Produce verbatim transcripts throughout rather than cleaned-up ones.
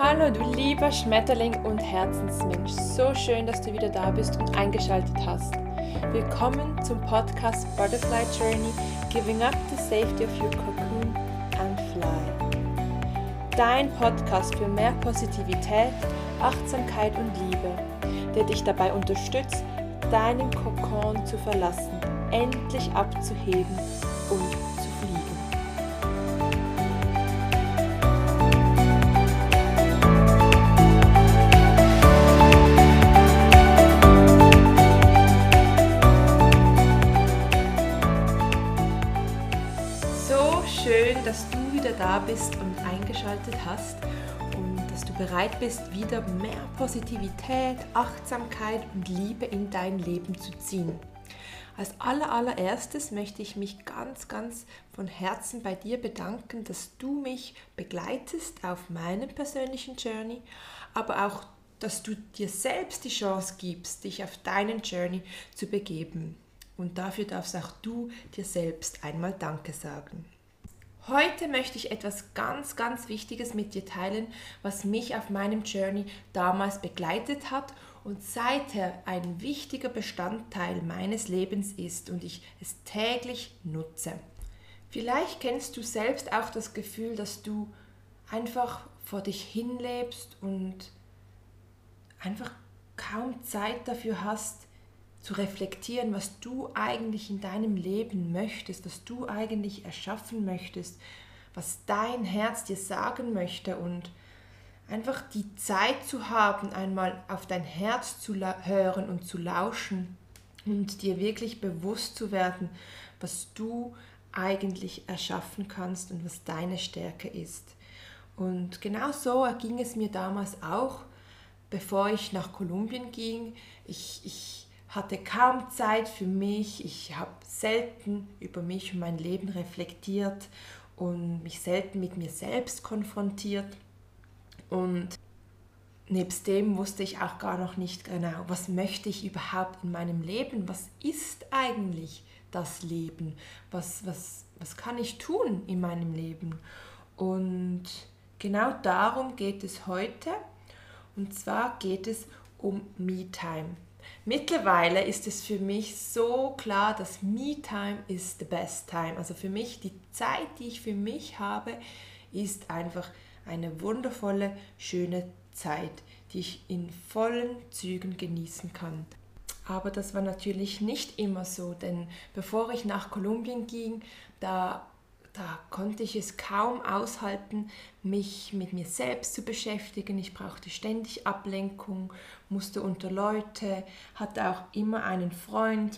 Hallo du lieber Schmetterling und Herzensmensch, so schön, dass du wieder da bist und eingeschaltet hast. Willkommen zum Podcast Butterfly Journey, Giving Up the Safety of Your Cocoon and Fly. Dein Podcast für mehr Positivität, Achtsamkeit und Liebe, der dich dabei unterstützt, deinen Kokon zu verlassen, endlich abzuheben und zu fliegen. Schön, dass du wieder da bist und eingeschaltet hast und dass du bereit bist, wieder mehr Positivität, Achtsamkeit und Liebe in dein Leben zu ziehen. Als aller, allererstes möchte ich mich ganz, ganz von Herzen bei dir bedanken, dass du mich begleitest auf meinem persönlichen Journey, aber auch, dass du dir selbst die Chance gibst, dich auf deinen Journey zu begeben. Und dafür darfst auch du dir selbst einmal Danke sagen. Heute möchte ich etwas ganz, ganz Wichtiges mit dir teilen, was mich auf meinem Journey damals begleitet hat und seither ein wichtiger Bestandteil meines Lebens ist und ich es täglich nutze. Vielleicht kennst du selbst auch das Gefühl, dass du einfach vor dich hinlebst und einfach kaum Zeit dafür hast, zu reflektieren, was du eigentlich in deinem Leben möchtest, was du eigentlich erschaffen möchtest, was dein Herz dir sagen möchte und einfach die Zeit zu haben, einmal auf dein Herz zu hören und zu lauschen und dir wirklich bewusst zu werden, was du eigentlich erschaffen kannst und was deine Stärke ist. Und genau so erging es mir damals auch, bevor ich nach Kolumbien ging. Ich, ich hatte kaum Zeit für mich, ich habe selten über mich und mein Leben reflektiert und mich selten mit mir selbst konfrontiert und nebst dem wusste ich auch gar noch nicht genau, was möchte ich überhaupt in meinem Leben, was ist eigentlich das Leben, was, was, was kann ich tun in meinem Leben und genau darum geht es heute und zwar geht es um Me-Time. Mittlerweile ist es für mich so klar, dass Me-Time is the best time. Also für mich, die Zeit, die ich für mich habe, ist einfach eine wundervolle, schöne Zeit, die ich in vollen Zügen genießen kann. Aber das war natürlich nicht immer so, denn bevor ich nach Kolumbien ging, da Da konnte ich es kaum aushalten, mich mit mir selbst zu beschäftigen. Ich brauchte ständig Ablenkung, musste unter Leute, hatte auch immer einen Freund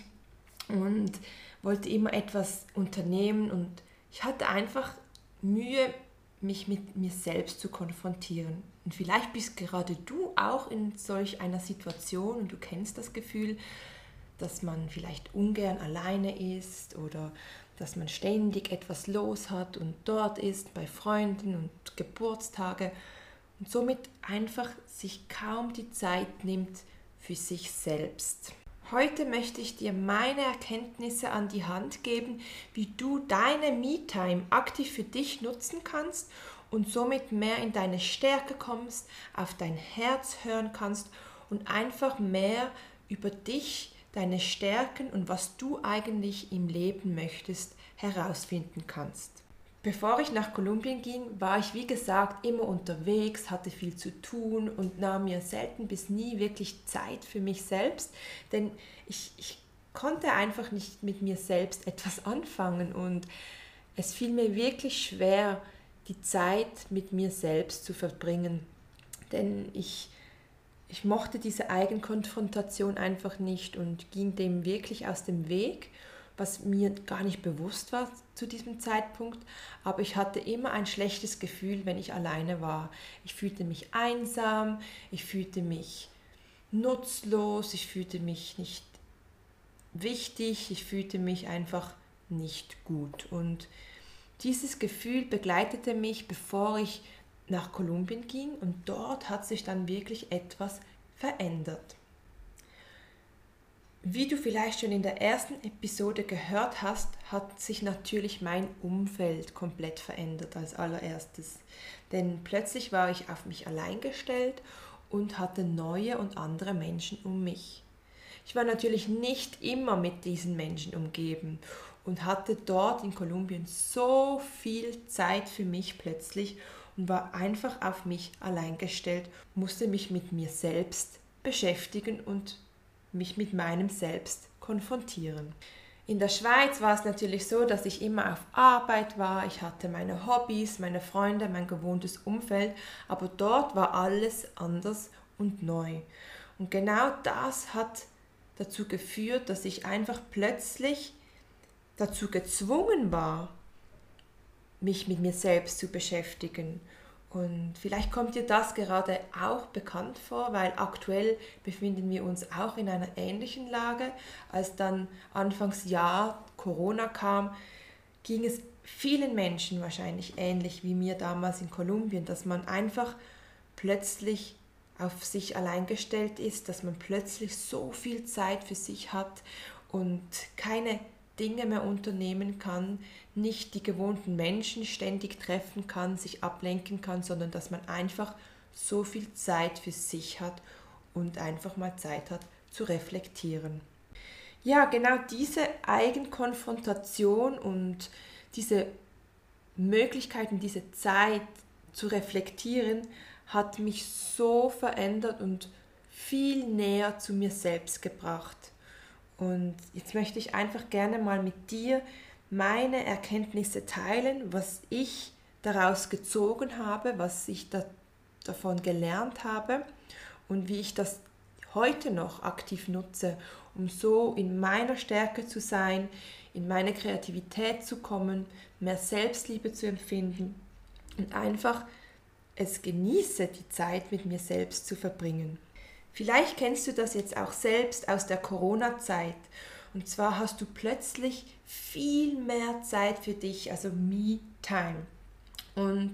und wollte immer etwas unternehmen. Und ich hatte einfach Mühe, mich mit mir selbst zu konfrontieren. Und vielleicht bist gerade du auch in solch einer Situation und du kennst das Gefühl, dass man vielleicht ungern alleine ist oder dass man ständig etwas los hat und dort ist bei Freunden und Geburtstage und somit einfach sich kaum die Zeit nimmt für sich selbst. Heute möchte ich dir meine Erkenntnisse an die Hand geben, wie du deine Me-Time aktiv für dich nutzen kannst und somit mehr in deine Stärke kommst, auf dein Herz hören kannst und einfach mehr über dich, deine Stärken und was du eigentlich im Leben möchtest, herausfinden kannst. Bevor ich nach Kolumbien ging, war ich wie gesagt immer unterwegs, hatte viel zu tun und nahm mir selten bis nie wirklich Zeit für mich selbst, denn ich, ich konnte einfach nicht mit mir selbst etwas anfangen und es fiel mir wirklich schwer, die Zeit mit mir selbst zu verbringen, denn ich Ich mochte diese Eigenkonfrontation einfach nicht und ging dem wirklich aus dem Weg, was mir gar nicht bewusst war zu diesem Zeitpunkt. Aber ich hatte immer ein schlechtes Gefühl, wenn ich alleine war. Ich fühlte mich einsam, ich fühlte mich nutzlos, ich fühlte mich nicht wichtig, ich fühlte mich einfach nicht gut. Und dieses Gefühl begleitete mich, bevor ich nach Kolumbien ging und dort hat sich dann wirklich etwas verändert. Wie du vielleicht schon in der ersten Episode gehört hast, hat sich natürlich mein Umfeld komplett verändert als allererstes. Denn plötzlich war ich auf mich allein gestellt und hatte neue und andere Menschen um mich. Ich war natürlich nicht immer mit diesen Menschen umgeben und hatte dort in Kolumbien so viel Zeit für mich plötzlich und war einfach auf mich allein gestellt, musste mich mit mir selbst beschäftigen und mich mit meinem Selbst konfrontieren. In der Schweiz war es natürlich so, dass ich immer auf Arbeit war, ich hatte meine Hobbys, meine Freunde, mein gewohntes Umfeld, aber dort war alles anders und neu. Und genau das hat dazu geführt, dass ich einfach plötzlich dazu gezwungen war, mich mit mir selbst zu beschäftigen. Und vielleicht kommt dir das gerade auch bekannt vor, weil aktuell befinden wir uns auch in einer ähnlichen Lage. Als dann Anfangsjahr Corona kam, ging es vielen Menschen wahrscheinlich ähnlich wie mir damals in Kolumbien, dass man einfach plötzlich auf sich allein gestellt ist, dass man plötzlich so viel Zeit für sich hat und keine Dinge mehr unternehmen kann, nicht die gewohnten Menschen ständig treffen kann, sich ablenken kann, sondern dass man einfach so viel Zeit für sich hat und einfach mal Zeit hat zu reflektieren. Ja, genau diese Eigenkonfrontation und diese Möglichkeiten, diese Zeit zu reflektieren, hat mich so verändert und viel näher zu mir selbst gebracht. Und jetzt möchte ich einfach gerne mal mit dir meine Erkenntnisse teilen, was ich daraus gezogen habe, was ich da, davon gelernt habe und wie ich das heute noch aktiv nutze, um so in meiner Stärke zu sein, in meine Kreativität zu kommen, mehr Selbstliebe zu empfinden und einfach es genieße, die Zeit mit mir selbst zu verbringen. Vielleicht kennst du das jetzt auch selbst aus der Corona-Zeit. Und zwar hast du plötzlich viel mehr Zeit für dich, also Me-Time. Und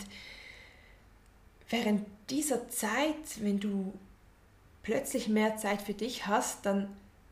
während dieser Zeit, wenn du plötzlich mehr Zeit für dich hast, dann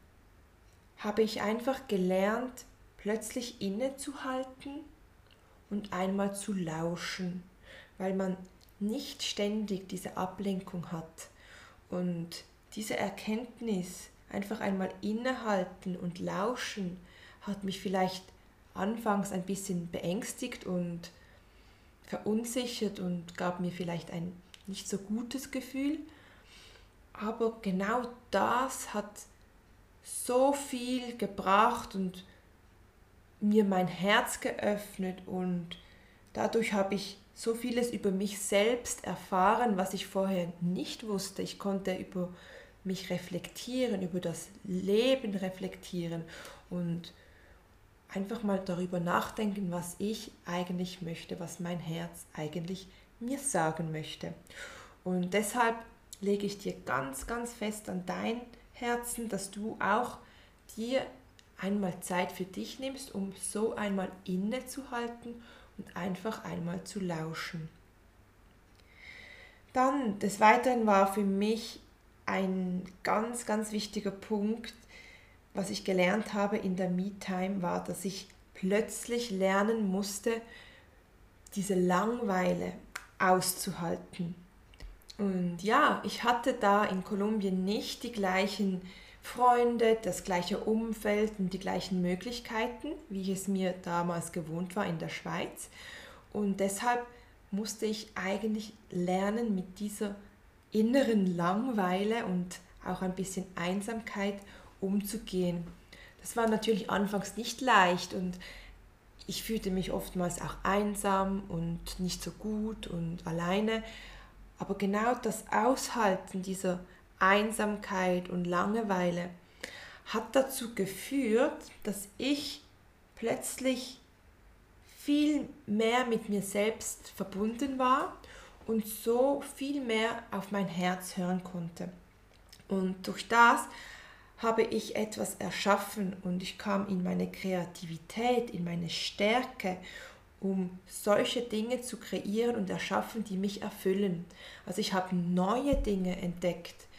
habe ich einfach gelernt, plötzlich innezuhalten und einmal zu lauschen, weil man nicht ständig diese Ablenkung hat. Und diese Erkenntnis, einfach einmal innehalten und lauschen, hat mich vielleicht anfangs ein bisschen beängstigt und verunsichert und gab mir vielleicht ein nicht so gutes Gefühl. Aber genau das hat so viel gebracht und mir mein Herz geöffnet und dadurch habe ich so vieles über mich selbst erfahren, was ich vorher nicht wusste. Ich konnte über mich reflektieren, über das Leben reflektieren und einfach mal darüber nachdenken, was ich eigentlich möchte, was mein Herz eigentlich mir sagen möchte. Und deshalb lege ich dir ganz, ganz fest an dein Herzen, dass du auch dir einmal Zeit für dich nimmst, um so einmal innezuhalten und einfach einmal zu lauschen. Dann, des Weiteren war für mich ein ganz, ganz wichtiger Punkt, was ich gelernt habe in der Me-Time, war, dass ich plötzlich lernen musste, diese Langeweile auszuhalten. Und ja, ich hatte da in Kolumbien nicht die gleichen Freunde, das gleiche Umfeld und die gleichen Möglichkeiten, wie ich es mir damals gewohnt war in der Schweiz. Und deshalb musste ich eigentlich lernen, mit dieser inneren Langeweile und auch ein bisschen Einsamkeit umzugehen. Das war natürlich anfangs nicht leicht und ich fühlte mich oftmals auch einsam und nicht so gut und alleine. Aber genau das Aushalten dieser Einsamkeit und Langeweile hat dazu geführt, dass ich plötzlich viel mehr mit mir selbst verbunden war und so viel mehr auf mein Herz hören konnte. Und durch das habe ich etwas erschaffen und ich kam in meine Kreativität, in meine Stärke, um solche Dinge zu kreieren und erschaffen, die mich erfüllen. Also ich habe neue Dinge entdeckt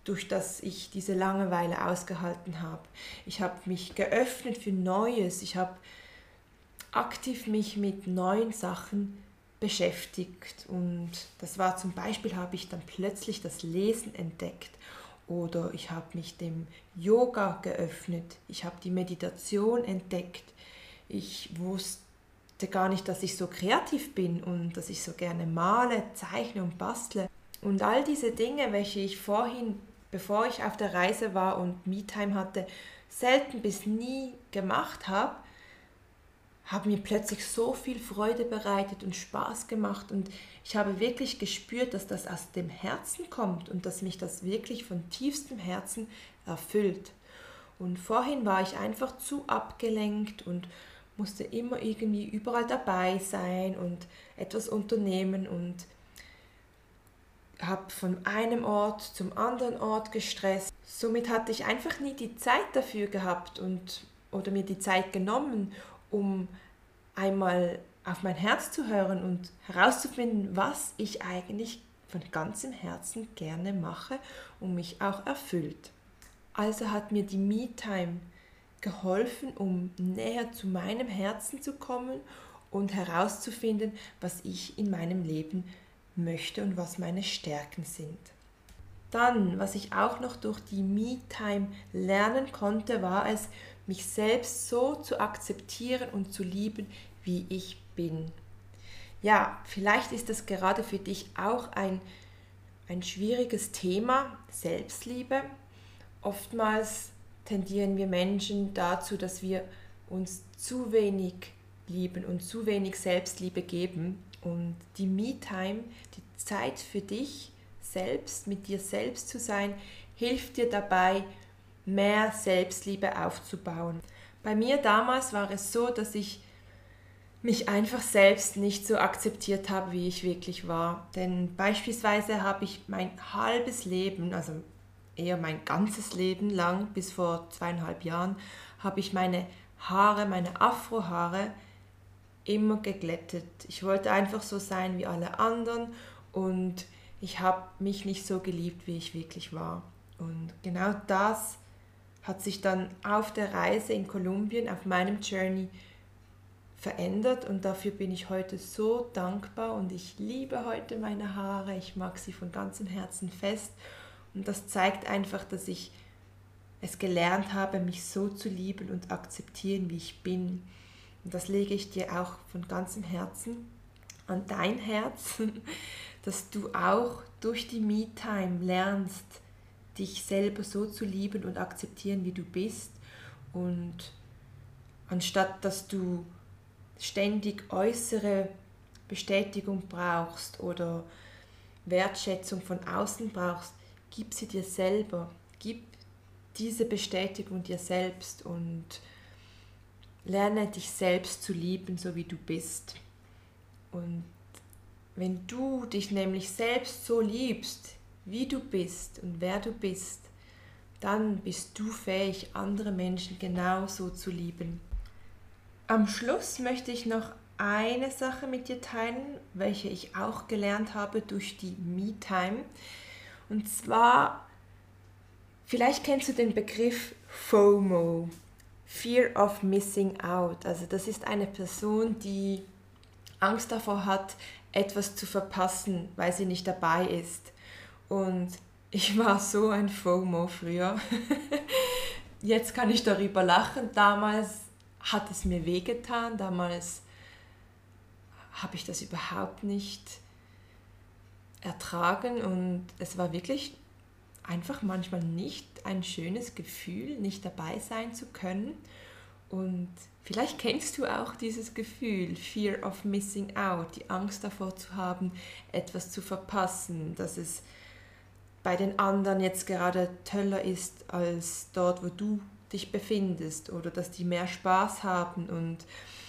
durch das ich diese Langeweile ausgehalten habe. Ich habe mich geöffnet für Neues. Ich habe aktiv mich mit neuen Sachen beschäftigt. Und das war zum Beispiel, habe ich dann plötzlich das Lesen entdeckt. Oder ich habe mich dem Yoga geöffnet. Ich habe die Meditation entdeckt. Ich wusste gar nicht, dass ich so kreativ bin und dass ich so gerne male, zeichne und bastle. Und all diese Dinge, welche ich vorhin, bevor ich auf der Reise war und Me-Time hatte, selten bis nie gemacht habe, haben mir plötzlich so viel Freude bereitet und Spaß gemacht. Und ich habe wirklich gespürt, dass das aus dem Herzen kommt und dass mich das wirklich von tiefstem Herzen erfüllt. Und vorhin war ich einfach zu abgelenkt und musste immer irgendwie überall dabei sein und etwas unternehmen und habe von einem Ort zum anderen Ort gestresst. Somit hatte ich einfach nie die Zeit dafür gehabt und, oder mir die Zeit genommen, um einmal auf mein Herz zu hören und herauszufinden, was ich eigentlich von ganzem Herzen gerne mache und mich auch erfüllt. Also hat mir die Me-Time geholfen, um näher zu meinem Herzen zu kommen und herauszufinden, was ich in meinem Leben möchte und was meine Stärken sind. Dann, was ich auch noch durch die Me-Time lernen konnte, war es, mich selbst so zu akzeptieren und zu lieben, wie ich bin. Ja, vielleicht ist das gerade für dich auch ein, ein schwieriges Thema, Selbstliebe. Oftmals tendieren wir Menschen dazu, dass wir uns zu wenig lieben und zu wenig Selbstliebe geben. Und die Me-Time, die Zeit für dich selbst, mit dir selbst zu sein, hilft dir dabei, mehr Selbstliebe aufzubauen. Bei mir damals war es so, dass ich mich einfach selbst nicht so akzeptiert habe, wie ich wirklich war. Denn beispielsweise habe ich mein halbes Leben, also eher mein ganzes Leben lang, bis vor zweieinhalb Jahren, habe ich meine Haare, meine Afrohaare immer geglättet. Ich wollte einfach so sein wie alle anderen und ich habe mich nicht so geliebt, wie ich wirklich war. Und genau das hat sich dann auf der Reise in Kolumbien, auf meinem Journey verändert und dafür bin ich heute so dankbar und ich liebe heute meine Haare, ich mag sie von ganzem Herzen fest und das zeigt einfach, dass ich es gelernt habe, mich so zu lieben und akzeptieren, wie ich bin. Und das lege ich dir auch von ganzem Herzen an dein Herz, dass du auch durch die Me-Time lernst, dich selber so zu lieben und akzeptieren, wie du bist. Und anstatt dass du ständig äußere Bestätigung brauchst oder Wertschätzung von außen brauchst, gib sie dir selber. Gib diese Bestätigung dir selbst und lerne dich selbst zu lieben, so wie du bist. Und wenn du dich nämlich selbst so liebst, wie du bist und wer du bist, dann bist du fähig, andere Menschen genauso zu lieben. Am Schluss möchte ich noch eine Sache mit dir teilen, welche ich auch gelernt habe durch die Me-Time. Und zwar, vielleicht kennst du den Begriff FOMO, Fear of Missing Out. Also das ist eine Person, die Angst davor hat, etwas zu verpassen, weil sie nicht dabei ist. Und ich war so ein FOMO früher. Jetzt kann ich darüber lachen. Damals hat es mir wehgetan. Damals habe ich das überhaupt nicht ertragen. Und es war wirklich einfach manchmal nicht ein schönes Gefühl, nicht dabei sein zu können. Und vielleicht kennst du auch dieses Gefühl, Fear of Missing Out, die Angst davor zu haben, etwas zu verpassen, dass es bei den anderen jetzt gerade toller ist als dort, wo du dich befindest oder dass die mehr Spaß haben. Und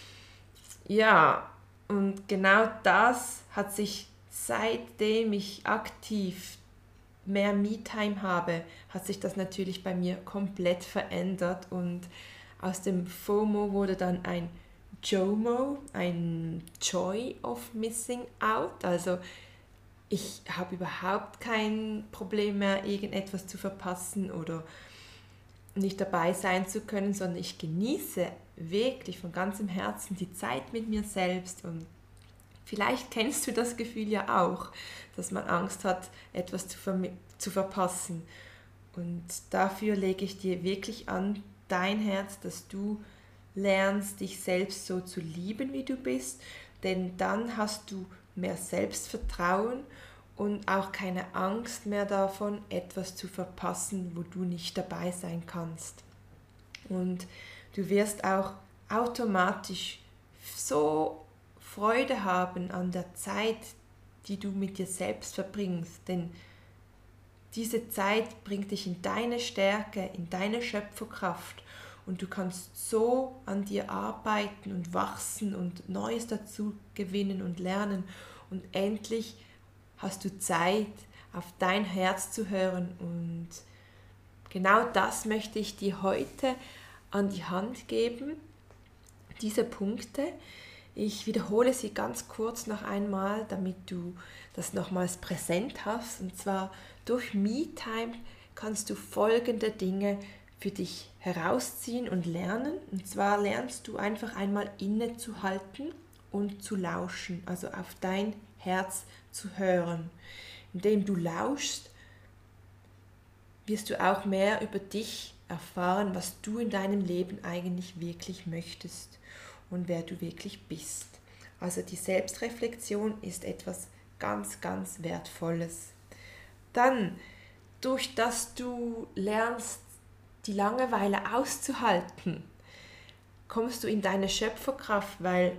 ja, und genau das hat sich, seitdem ich aktiv mehr Me-Time habe, hat sich das natürlich bei mir komplett verändert und aus dem FOMO wurde dann ein JOMO, ein Joy of Missing Out, also ich habe überhaupt kein Problem mehr, irgendetwas zu verpassen oder nicht dabei sein zu können, sondern ich genieße wirklich von ganzem Herzen die Zeit mit mir selbst. Und vielleicht kennst du das Gefühl ja auch, dass man Angst hat, etwas zu, ver- zu verpassen. Und dafür lege ich dir wirklich an dein Herz, dass du lernst, dich selbst so zu lieben, wie du bist, denn dann hast du mehr Selbstvertrauen und auch keine Angst mehr davon, etwas zu verpassen, wo du nicht dabei sein kannst. Und du wirst auch automatisch so Freude haben an der Zeit, die du mit dir selbst verbringst, denn diese Zeit bringt dich in deine Stärke, in deine Schöpferkraft und du kannst so an dir arbeiten und wachsen und Neues dazu gewinnen und lernen und endlich hast du Zeit, auf dein Herz zu hören und genau das möchte ich dir heute an die Hand geben, diese Punkte. Ich wiederhole sie ganz kurz noch einmal, damit du das nochmals präsent hast. Und zwar durch Me-Time kannst du folgende Dinge für dich herausziehen und lernen. Und zwar lernst du einfach einmal innezuhalten und zu lauschen, also auf dein Herz zu hören. Indem du lauschst, wirst du auch mehr über dich erfahren, was du in deinem Leben eigentlich wirklich möchtest und wer du wirklich bist. Also die Selbstreflexion ist etwas ganz, ganz Wertvolles. Dann, durch das du lernst, die Langeweile auszuhalten, kommst du in deine Schöpferkraft, weil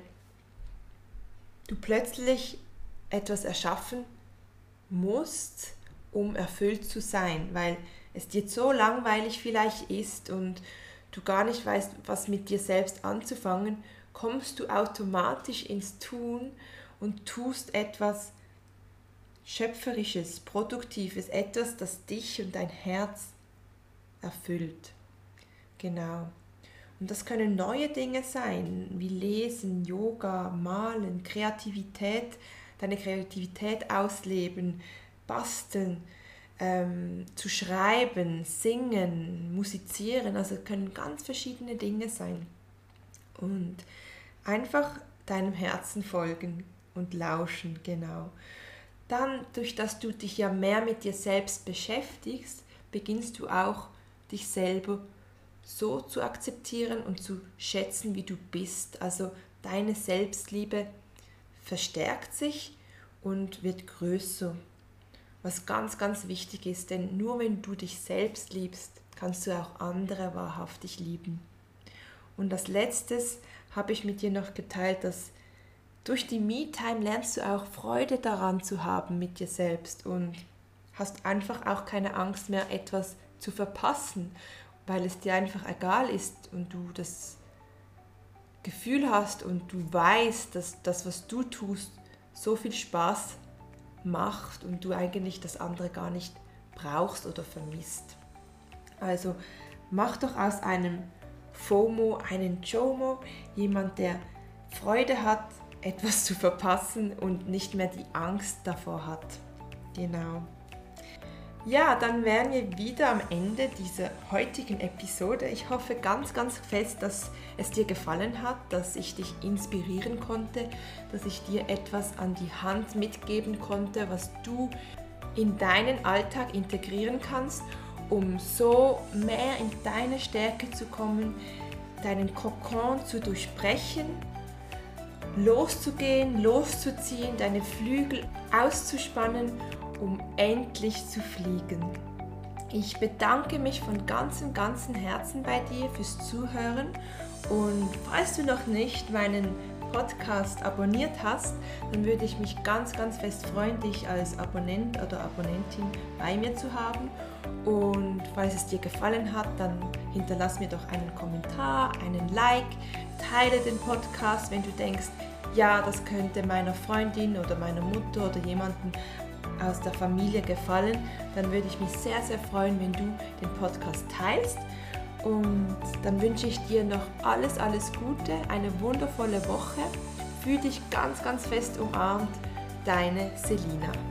du plötzlich etwas erschaffen musst, um erfüllt zu sein, weil es dir so langweilig vielleicht ist und du gar nicht weißt, was mit dir selbst anzufangen, kommst du automatisch ins Tun und tust etwas Schöpferisches, Produktives, etwas, das dich und dein Herz erfüllt. Genau. Und das können neue Dinge sein, wie Lesen, Yoga, Malen, Kreativität, deine Kreativität ausleben, basteln, ähm, zu schreiben, singen, musizieren, also können ganz verschiedene Dinge sein. Und einfach deinem Herzen folgen und lauschen, genau. Dann, durch das du dich ja mehr mit dir selbst beschäftigst, beginnst du auch, dich selber so zu akzeptieren und zu schätzen, wie du bist. Also deine Selbstliebe verstärkt sich und wird größer. Was ganz, ganz wichtig ist, denn nur wenn du dich selbst liebst, kannst du auch andere wahrhaftig lieben. Und als letztes habe ich mit dir noch geteilt, dass durch die Me-Time lernst du auch Freude daran zu haben mit dir selbst und hast einfach auch keine Angst mehr, etwas zu verpassen, weil es dir einfach egal ist und du das Gefühl hast und du weißt, dass das, was du tust, so viel Spaß macht und du eigentlich das andere gar nicht brauchst oder vermisst. Also mach doch aus einem FOMO einen JOMO, jemand, der Freude hat, etwas zu verpassen und nicht mehr die Angst davor hat. Genau. Ja, dann wären wir wieder am Ende dieser heutigen Episode. Ich hoffe ganz, ganz fest, dass es dir gefallen hat, dass ich dich inspirieren konnte, dass ich dir etwas an die Hand mitgeben konnte, was du in deinen Alltag integrieren kannst, um so mehr in deine Stärke zu kommen, deinen Kokon zu durchbrechen, loszugehen, loszuziehen, deine Flügel auszuspannen, um endlich zu fliegen. Ich bedanke mich von ganzem, ganzem Herzen bei dir fürs Zuhören und falls du noch nicht meinen Podcast abonniert hast, dann würde ich mich ganz, ganz fest freuen, dich als Abonnent oder Abonnentin bei mir zu haben. Und falls es dir gefallen hat, dann hinterlass mir doch einen Kommentar, einen Like, teile den Podcast, wenn du denkst, ja, das könnte meiner Freundin oder meiner Mutter oder jemandem aus der Familie gefallen, dann würde ich mich sehr, sehr freuen, wenn du den Podcast teilst. Und dann wünsche ich dir noch alles, alles Gute, eine wundervolle Woche. Fühl dich ganz, ganz fest umarmt, deine Selina.